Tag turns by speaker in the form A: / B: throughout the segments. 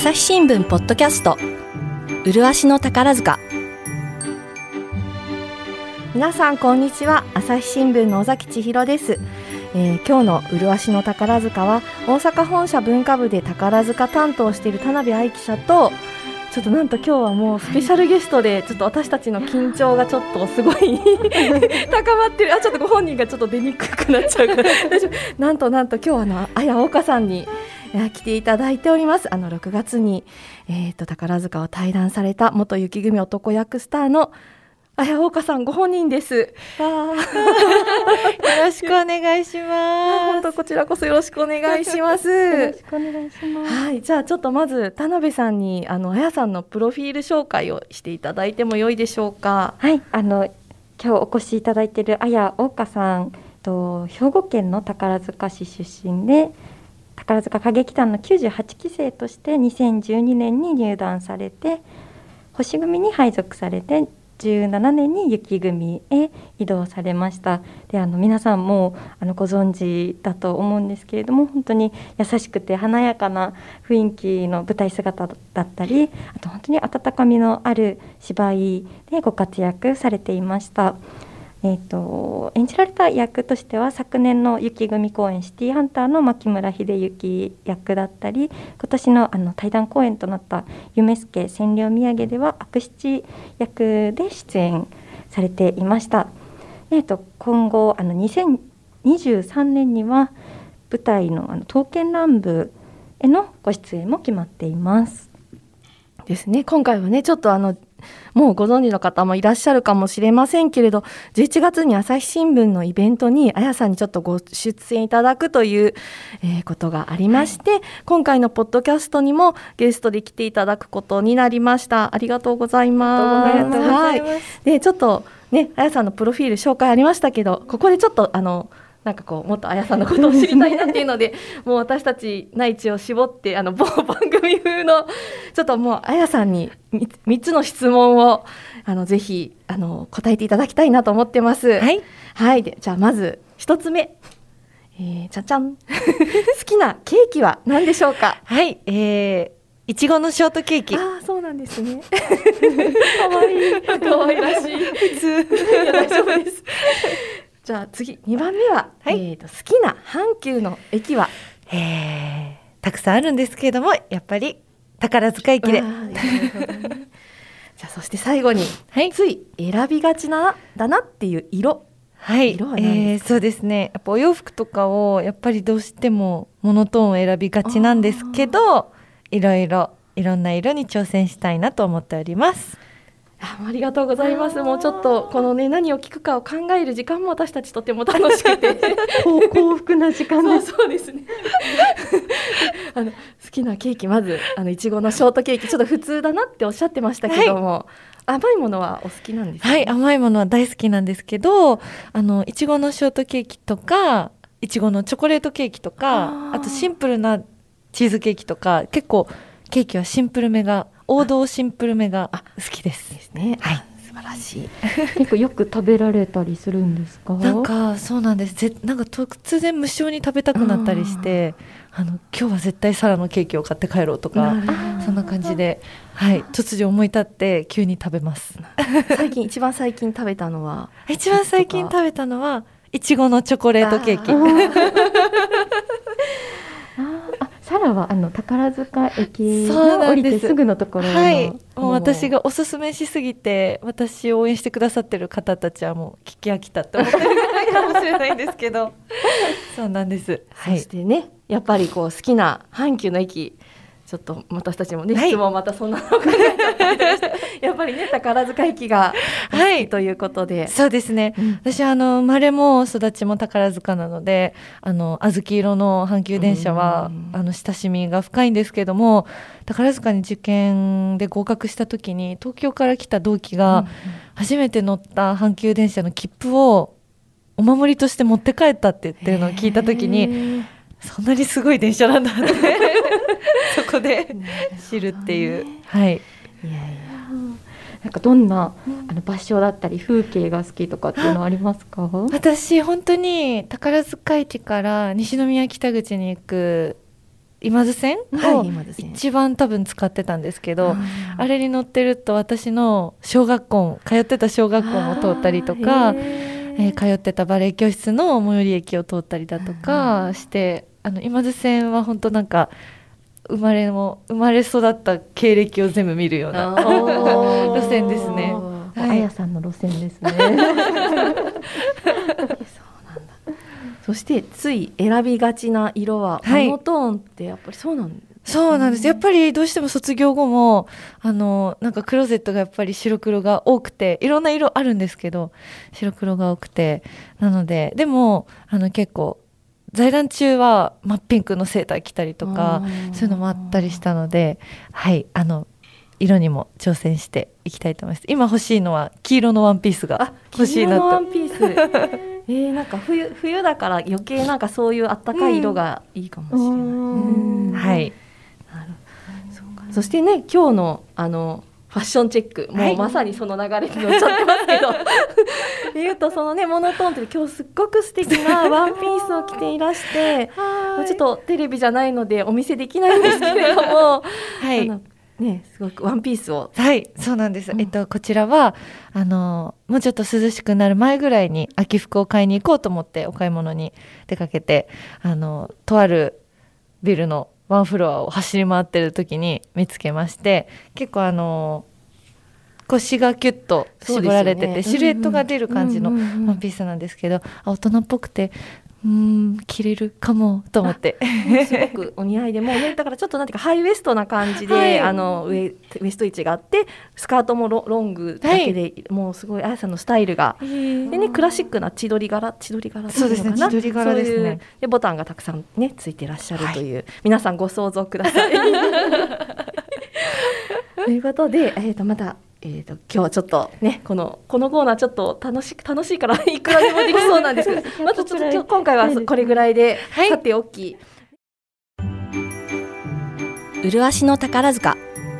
A: 朝日新聞ポッドキャスト麗しの宝塚。皆さんこんにちは。朝日新聞の尾崎千尋です。今日の麗しの宝塚は大阪本社文化部で宝塚担当している田辺愛記者と、ちょっとなんと今日はもうスペシャルゲストでちょっと私たちの緊張がちょっとすごい高まってる。ちょっとご本人がちょっと出にくくなっちゃうから大丈夫。なんと今日は綾岡さんに来ていただいております。6月に、宝塚を退団された元雪組男役スターの綾岡さんご本人です。よ
B: ろしくお願いします。
A: 本当こちらこそよろしくお願いします。
B: よろしくお願いします。
A: はい、じゃあちょっとまず田辺さんに綾さんのプロフィール紹介をしていただいてもよいでしょうか。
B: はい、今日お越しいただいている綾岡さん兵庫県の宝塚市出身で、宝塚歌劇団の98期生として2012年に入団されて、星組に配属されて17年に雪組へ移動されました。で皆さんもご存知だと思うんですけれども、本当に優しくて華やかな雰囲気の舞台姿だったり、あと本当に温かみのある芝居でご活躍されていました。演じられた役としては、昨年の雪組公演シティハンターの牧村秀幸役だったり、今年の対談公演となった夢助千両土産では悪七役で出演されていました。今後2023年には舞台の刀剣乱舞へのご出演も決まっています
A: ですね。今回はねちょっともうご存知の方もいらっしゃるかもしれませんけれど、11月に朝日新聞のイベントに綾さんにちょっとご出演いただくという、ことがありまして、はい、今回のポッドキャストにもゲストで来ていただくことになりました。ありがとうございます。
B: ありがとうございます。
A: はい、でちょっとね綾さんのプロフィール紹介ありましたけど、ここでちょっとなんかもっと綾さんのことを知りたいなっていうのでもう私たち内地を絞って某番組風のちょっともう綾さんに3つの質問をぜひ答えていただきたいなと思ってます。
B: はい、
A: はい、でじゃあまず1つ目、じゃじゃん好きなケーキは何でしょうか。
B: はい、いちごのショートケーキ。
A: そうなんですね。かわいい、かわいらしい。普通いや大丈夫です。じゃあ次2番目は、好きな阪急の駅は。
B: たくさんあるんですけれども、やっぱり宝塚駅で。
A: なるほどね。じゃあそして最後に、つい選びがちだなっていう色。
B: はい、
A: 色は何ですか。
B: そうですね、やっぱお洋服とかをやっぱりどうしてもモノトーンを選びがちなんですけど、いろんな色に挑戦したいなと思っております。
A: ありがとうございます。もうちょっとこのね何を聞くかを考える時間も私たちとても楽しくて
B: 幸福な時間です。
A: そうですね。好きなケーキ、まずいちごのショートケーキ、ちょっと普通だなっておっしゃってましたけども、甘いものはお好きなんですか。
B: はい、甘いものは大好きなんですけど、いちごのショートケーキとかいちごのチョコレートケーキとか、あとシンプルなチーズケーキとか、結構ケーキはシンプルめが、王道シンプルめが好きです。
A: ですね。
B: はい、
A: 素晴らしい。
B: 結構よく食べられたりするんですか。なんかそうなんです。なんか突然無性に食べたくなったりして、今日は絶対サラのケーキを買って帰ろうとか、そんな感じで、はい、突如思い立って急に食べます。
A: 一番最近食べたのは。
B: 一番最近食べたのはいちごのチョコレートケーキ。サラは宝塚駅の降りてすぐのところの、はい、もう私がおすすめしすぎて、私を応援してくださってる方たちはもう聞き飽きたって思ってるかもしれないんですけどそうなんです。
A: そしてね、やっぱり好きな阪急の駅、ちょっと私たちもね、質問またそんなの考えちゃったりしてやっぱりね宝塚駅が好きということで。
B: そうですね、私生まれも育ちも宝塚なので、小豆色の阪急電車は親しみが深いんですけども、宝塚に受験で合格した時に東京から来た同期が初めて乗った阪急電車の切符をお守りとして持って帰ったって言ってるのを聞いた時に、そんなにすごい電車なんだってそこで知るっていう、はい。なんかどんな場所だったり風景が好きとかっていうのはありますか。私本当に宝塚駅から西宮北口に行く
A: 今津線を一番多分使ってたんですけど、あれに乗ってると私の通ってた小学校も通ったりとか、通ってたバレエ教室の最寄り駅を通ったりだとかして、今津線は本当なんか生まれ育った経歴を全部見るような路線ですね。
B: あやさんの路線ですね。
A: そしてつい選びがちな色はモノトーンってやっぱりそうなんですね。
B: そうなんです。やっぱりどうしても卒業後もなんかクローゼットがやっぱり白黒が多くて、いろんな色あるんですけど白黒が多くて、なのででも結構在団中は真っピンクのセーター着たりとかそういうのもあったりしたので、はい色にも挑戦していきたいと思います。今欲しいのは黄色のワンピースが欲しいなと。黄色のワンピースなんか冬だから余計なんかそういうあったかい色がいいかもしれない。はい。そうか。そしてね、今日のファッションチェック、もうまさにその流れに乗っちゃってますけど、言うとそのねモノトーンって今日すっごく素敵なワンピースを着ていらしてちょっとテレビじゃないのでお見せできないんですけれども、はい。ね、すごくワンピースを。はい、そうなんです。こちらはもうちょっと涼しくなる前ぐらいに秋服を買いに行こうと思ってお買い物に出かけて、とあるビルのワンフロアを走り回ってる時に見つけまして、結構腰がキュッと絞られてて、シルエットが出る感じのワンピースなんですけど、大人っぽくて着れるかもと思ってすごくお似合いで、もうねだからちょっとなんていうかハイウエストな感じで、ウエスト位置があってスカートもロングだけで、もうすごいあやさんのスタイルが、でねクラシックな千鳥柄そうですね、千鳥柄ですね。でボタンがたくさんねついてらっしゃるという、皆さんご想像ください。ということでまた今日はちょっとねこのコーナーちょっと楽しいからいくらでもできそうなんですけどまずちょっと今回はこれぐらいで、さておき、麗しの宝塚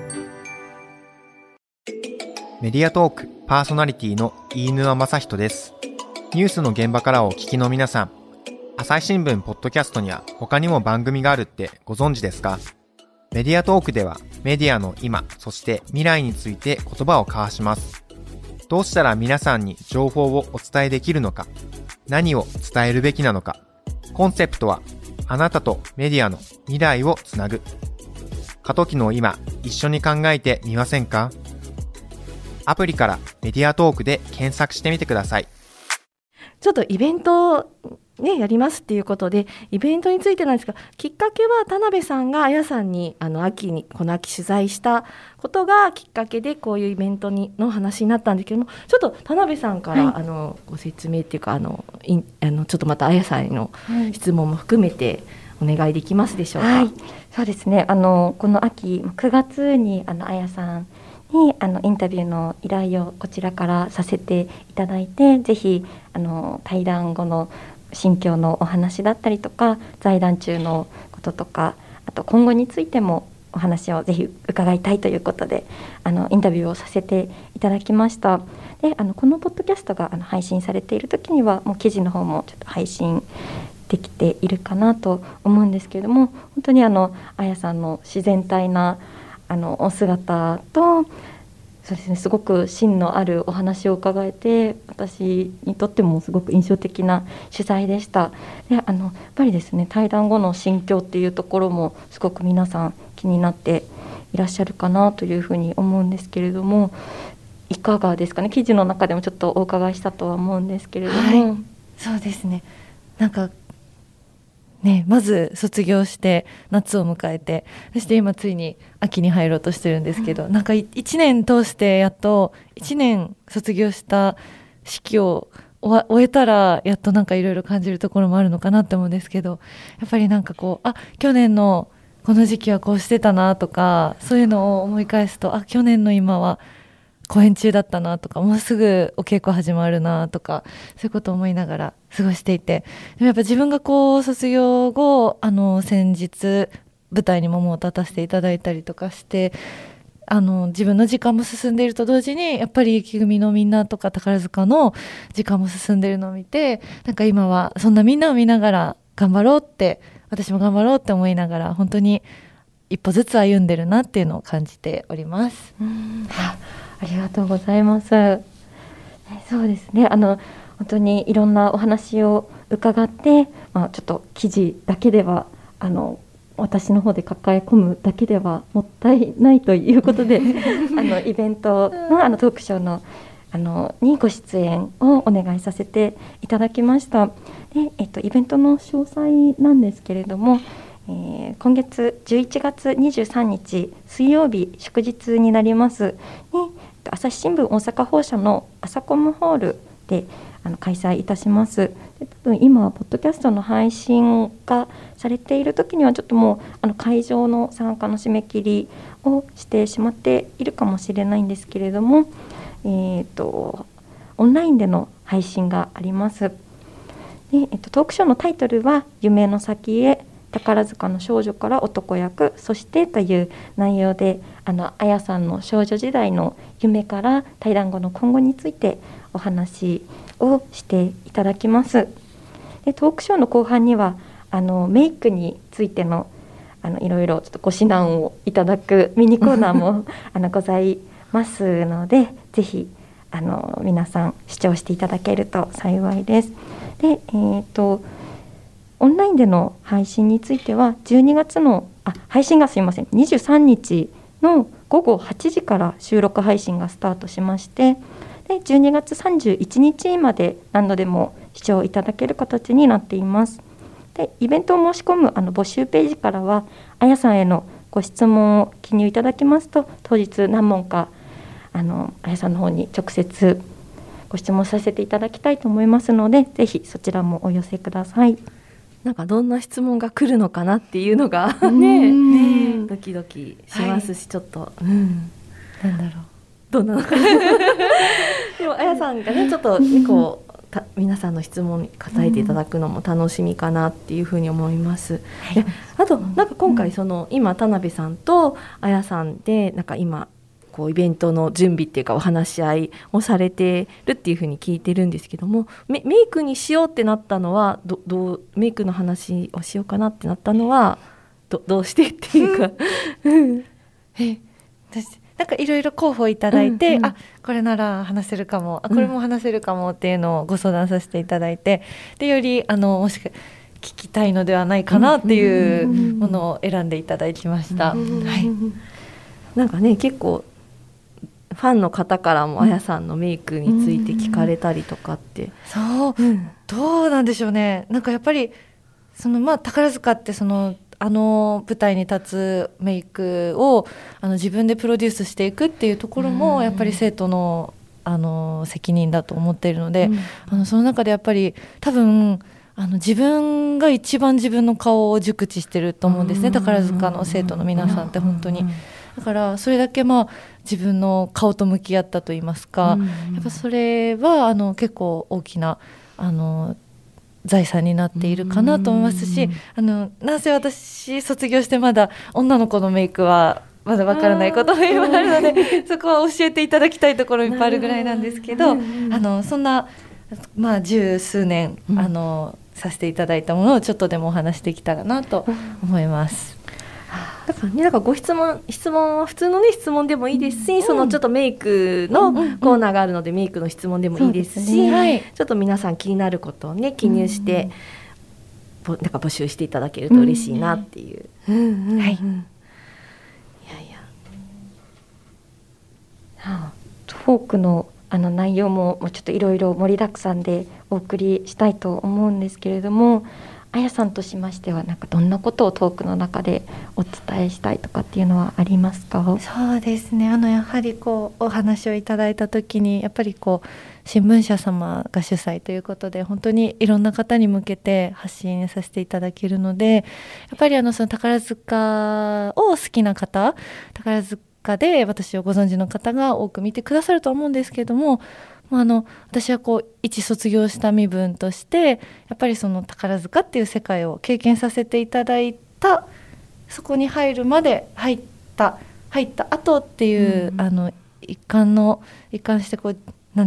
C: メディアトークパーソナリティの飯沼正人です。ニュースの現場からお聞きの皆さん、朝日新聞ポッドキャストには他にも番組があるってご存知ですか？メディアトークではメディアの今、そして未来について言葉を交わします。どうしたら皆さんに情報をお伝えできるのか、何を伝えるべきなのか。コンセプトはあなたとメディアの未来をつなぐ。過渡期の今、一緒に考えてみませんか？アプリからメディアトークで検索してみてください。
A: ちょっとイベントね、やりますっていうことで、イベントについてなんですが、きっかけは田辺さんがあやさんにこの秋取材したことがきっかけでこういうイベントの話になったんですけども、ちょっと田辺さんから、ご説明っていうかちょっとまたあやさんへの質問も含めてお願いできますでしょうか？はい、
B: そうですね、この秋9月にあやさんにインタビューの依頼をこちらからさせていただいて、ぜひ対談後の心境のお話だったりとか、在団中のこととか、あと今後についてもお話をぜひ伺いたいということでインタビューをさせていただきました。でこのポッドキャストが配信されている時にはもう記事の方もちょっと配信できているかなと思うんですけれども、本当にあやさんの自然体なお姿と、そうですね、すごく芯のあるお話を伺えて、私にとってもすごく印象的な取材でした。でやっぱりですね、対談後の心境っていうところもすごく皆さん気になっていらっしゃるかなというふうに思うんですけれども、いかがですかね。記事の中でもちょっとお伺いしたとは思うんですけれども、はい、
A: そうですね、なんかね、まず卒業して夏を迎えて、そして今ついに秋に入ろうとしてるんですけど、なんか1年通してやっと1年卒業した式を終えたらやっとなんかいろいろ感じるところもあるのかなって思うんですけど、やっぱりなんか去年のこの時期はこうしてたなとか、そういうのを思い返すと、去年の今は公演中だったなとか、もうすぐお稽古始まるなとか、そういうことを思いながら過ごしていて、でもやっぱ自分が卒業後先日舞台にももう立たせていただいたりとかして、自分の時間も進んでいると同時に、やっぱり雪組のみんなとか宝塚の時間も進んでいるのを見て、なんか今はそんなみんなを見ながら頑張ろうって私も頑張ろうって思いながら本当に一歩ずつ歩んでるなっていうのを感じております。
B: ありがとうございます。そうですね、本当にいろんなお話を伺って、ちょっと記事だけでは私の方で抱え込むだけではもったいないということでイベントのトークショーのにご出演をお願いさせていただきました。で、イベントの詳細なんですけれども、今月11月23日水曜日祝日になりますに、朝日新聞大阪本社の朝コムホールで開催いたします。で、多分今ポッドキャストの配信がされている時にはちょっともう会場の参加の締め切りをしてしまっているかもしれないんですけれども、オンラインでの配信があります。で、トークショーのタイトルは夢の先へ宝塚の少女から男役そしてという内容で、あやさんの少女時代の夢から退団後の今後についてお話をしていただきます。で、トークショーの後半にはメイクについてのいろいろちょっとご指南をいただくミニコーナーもございますので、ぜひ皆さん視聴していただけると幸いです。で、オンラインでの配信については12月の配信が23日の午後8時から収録配信がスタートしまして、で12月31日まで何度でも視聴いただける形になっています。で、イベントを申し込む募集ページからはあやさんへのご質問を記入いただきますと、当日何問かあやさんの方に直接ご質問させていただきたいと思いますので、ぜひそちらもお寄せください。
A: なんかどんな質問が来るのかなっていうのがねドキドキしますし、ちょっと、なんだろう、どうなのかでもあやさんがねちょっとこう皆さんの質問に答えていただくのも楽しみかなっていうふうに思います。で、あとなんか今回今田辺さんとあやさんでなんか今こうイベントの準備っていうかお話し合いをされてるっていうふうに聞いてるんですけども、メイクにしようってなったのはメイクの話をしようかなってなったのはどうしてっていうか
D: 私なんかいろいろ候補いただいて、これなら話せるかも、これも話せるかもっていうのをご相談させていただいて、でよりもしか聞きたいのではないかなっていうものを選んでいただきました。
A: なんかね結構ファンの方からもあやさんのメイクについて聞かれたりとかって、
D: そう、どうなんでしょうね。なんかやっぱり宝塚って舞台に立つメイクを自分でプロデュースしていくっていうところもやっぱり生徒の責任だと思っているので、その中でやっぱり多分自分が一番自分の顔を熟知してると思うんですね、宝塚の生徒の皆さんって本当に。だからそれだけ自分の顔と向き合ったといいますか、やっぱそれは結構大きな財産になっているかなと思いますし、なんせ私卒業してまだ女の子のメイクはまだわからないこともいっぱいあるのでそこは教えていただきたいところいっぱいあるぐらいなんですけど、そんな十数年させていただいたものをちょっとでもお話できたらなと思います。
A: だからね、なんか質問は普通のね質問でもいいですし、ちょっとメイクのコーナーがあるのでメイクの質問でもいいですし、ちょっと皆さん気になることをね記入して、なんか募集していただけると嬉しいなっていう。
B: トークの内容もちょっといろいろ盛りだくさんでお送りしたいと思うんですけれども、あやさんとしましてはなんかどんなことをトークの中でお伝えしたいとかっていうのはありますか？
D: そうですね、やはりお話をいただいた時にやっぱり新聞社様が主催ということで本当にいろんな方に向けて発信させていただけるので、やっぱりその宝塚を好きな方、宝塚で私をご存知の方が多く見てくださると思うんですけれども、私は一卒業した身分としてやっぱりその宝塚っていう世界を経験させていただいた、そこに入るまで入った後っていう、一貫してなんでしょう、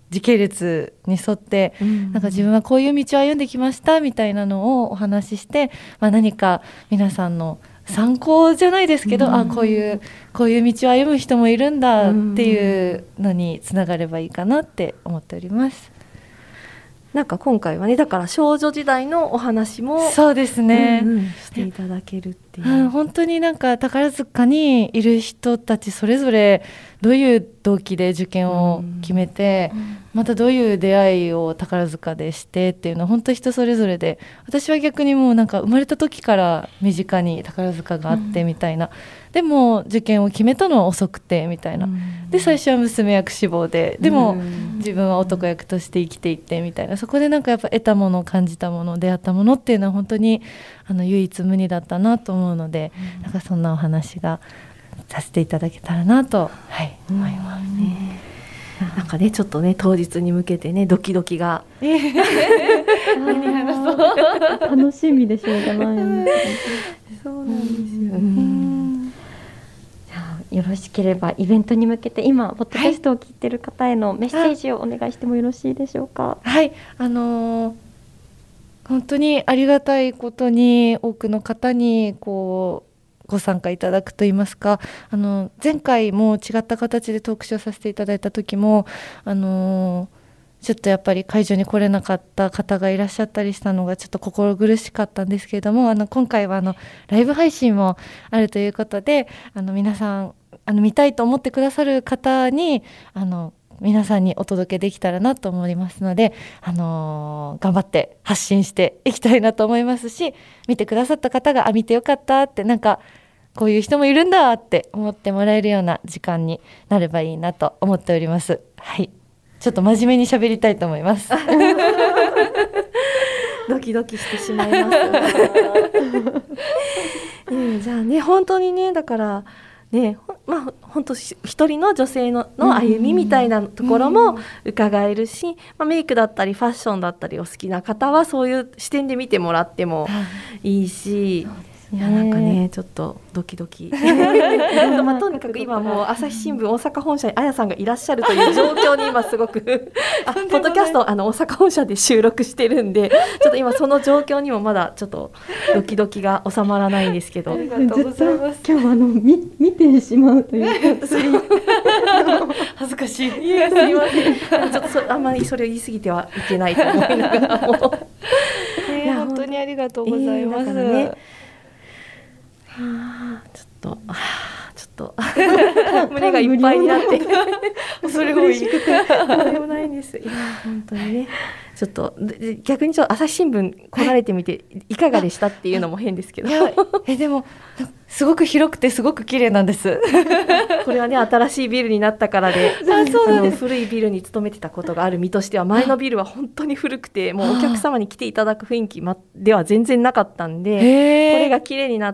D: 時系列に沿って、なんか自分はこういう道を歩んできましたみたいなのをお話しして、何か皆さんの参考じゃないですけど、こういう道を歩む人もいるんだっていうのにつながればいいかなって思っております。
A: なんか今回はね、だから少女時代のお話も
D: そうですね、
A: していただけるっていう、
D: 本当になんか宝塚にいる人たちそれぞれどういう動機で受験を決めて、またどういう出会いを宝塚でしてっていうのは本当人それぞれで、私は逆にもうなんか生まれた時から身近に宝塚があってみたいな、でも受験を決めたのは遅くてみたいな、で最初は娘役志望でも自分は男役として生きていってみたいな、そこでなんかやっぱ得たもの、感じたもの、出会ったものっていうのは本当に唯一無二だったなと思うので、なんかそんなお話がさせていただけたらなと、思いますね。
A: なんかね、ちょっとね、当日に向けてね、ドキドキが
B: 何話そう楽しみでしょうがない
A: そうなんですよ。
B: じゃあよろしければイベントに向けて今ポッドキャストを聞いている方へのメッセージをお願いしてもよろしいでしょうか。
D: はい、本当にありがたいことに多くの方にご参加いただくといいますか、前回も違った形でトークショーさせていただいた時もちょっとやっぱり会場に来れなかった方がいらっしゃったりしたのがちょっと心苦しかったんですけれども、今回はライブ配信もあるということで、皆さん見たいと思ってくださる方に皆さんにお届けできたらなと思いますので、頑張って発信していきたいなと思いますし、見てくださった方が見てよかったって、なんかこういう人もいるんだって思ってもらえるような時間になればいいなと思っております。はい、ちょっと真面目に喋りたいと思います
A: ドキドキしてしまいますじゃあね、本当にね、だからね、本当一人の女性の歩みみたいなところも伺えるし、メイクだったりファッションだったりお好きな方はそういう視点で見てもらってもいいし、いやなんかね、ちょっとドキドキとにかく今もう朝日新聞大阪本社にあやさんがいらっしゃるという状況に今すごくポッドキャスト大阪本社で収録してるんで、ちょっと今その状況にもまだちょっとドキドキが収まらないんですけど、ありがとうございます。
B: 今日見てしまうという
D: 恥ずかしい。
A: すいません、ちょっとあんまりそれを言い過ぎてはいけないと思いながらも
D: 本当にありがとうございます。
A: ちょっと胸がいっぱいになって
D: それもいい
A: とんでもないんです。いや本当にね、ちょっと逆に朝日新聞来られてみていかがでしたっていうのも変ですけど、
D: でもすごく広くてすごく綺麗なんです
A: これはね、新しいビルになったからで、古いビルに勤めてたことがある身としては、前のビルは本当に古くて、もうお客様に来ていただく雰囲気では全然なかったんで、これが綺麗になって。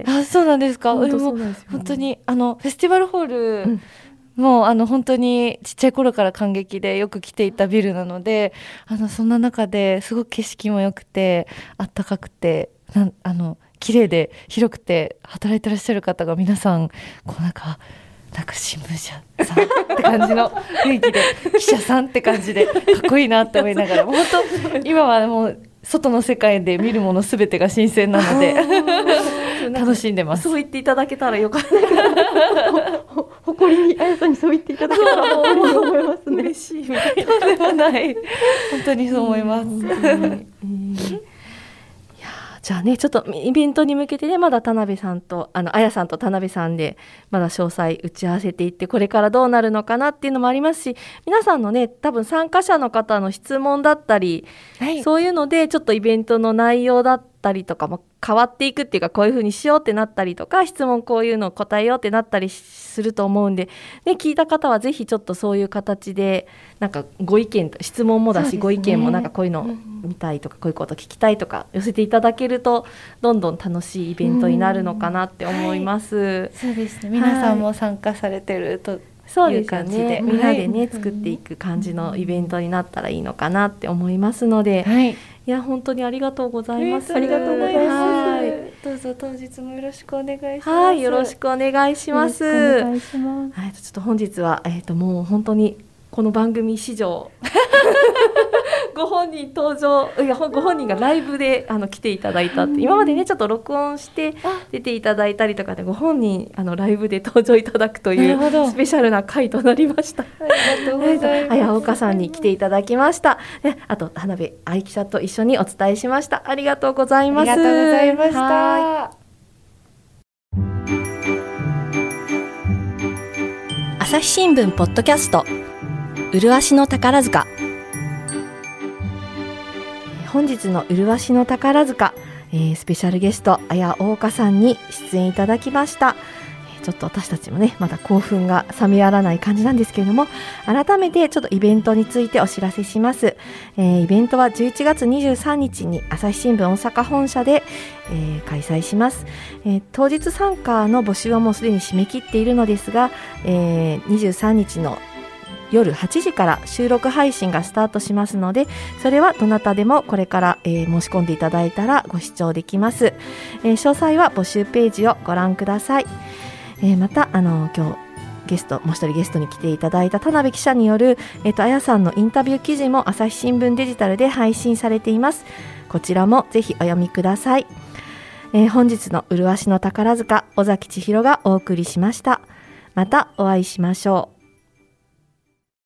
D: そうなんですか。
A: 本当そうなんですよ。
D: 本当にフェスティバルホール、もう本当にちっちゃい頃から感激でよく来ていたビルなので、そんな中ですごく景色も良くてあったかくて綺麗で広くて、働いてらっしゃる方が皆さんなんか新聞社さんって感じの雰囲気で記者さんって感じでかっこいいなって思いながら、本当今はもう外の世界で見るものすべてが新鮮なので楽しんでます。
A: そう言っていただけたらよかった
B: 誇りにあやさんにそう言っていただけたら思いますね。
A: 嬉しい。とん
D: でもない、本当にそう思います。
A: じゃあね、ちょっとイベントに向けてね、まだ田辺さんとあやさんと田辺さんでまだ詳細打ち合わせていって、これからどうなるのかなっていうのもありますし、皆さんのね、多分参加者の方の質問だったり、そういうのでちょっとイベントの内容だったりとかも変わっていくっていうか、こういう風にしようってなったりとか、質問こういうの答えようってなったりすると思うんで、ね、聞いた方はぜひちょっとそういう形でなんかご意見、質問もだし、ご意見もなんかこういうの見たいとか、こういうこと聞きたいとか寄せていただけると、どんどん楽しいイベントになるのかなって思います。
D: そうですね、皆さんも参加されてるという感じで、
A: みんなでね、作っていく感じのイベントになったらいいのかなって思いますので、いや本当にありがとうございます。
D: ありがとうございます。どうぞ当日もよろしくお願いします。
A: はい、よろしくお願いします。ちょっと本日はもう本当にこの番組史上ご本人登場、いやご本人がライブで来ていただいたって、今までねちょっと録音して出ていただいたりとかで、ご本人ライブで登場いただくというスペシャルな回となりました。
D: ありがとうございます。
A: 綾岡さんに来ていただきました。あと田辺愛記者と一緒にお伝えしました。ありがとうございます。
D: ありがとうございました。
A: はい、朝日新聞ポッドキャスト、麗しの宝塚。本日の麗しの宝塚、スペシャルゲスト綾岡さんに出演いただきました。ちょっと私たちもねまだ興奮が冷めやらない感じなんですけれども、改めてちょっとイベントについてお知らせします。イベントは11月23日に朝日新聞大阪本社で、開催します。当日参加の募集はもうすでに締め切っているのですが、23日の夜8時から収録配信がスタートしますので、それはどなたでもこれから、申し込んでいただいたらご視聴できます。詳細は募集ページをご覧ください。また今日もう一人ゲストに来ていただいた田辺記者によるあやさんのインタビュー記事も朝日新聞デジタルで配信されています。こちらもぜひお読みください。本日の麗しの宝塚、尾崎千尋がお送りしました。またお会いしましょう。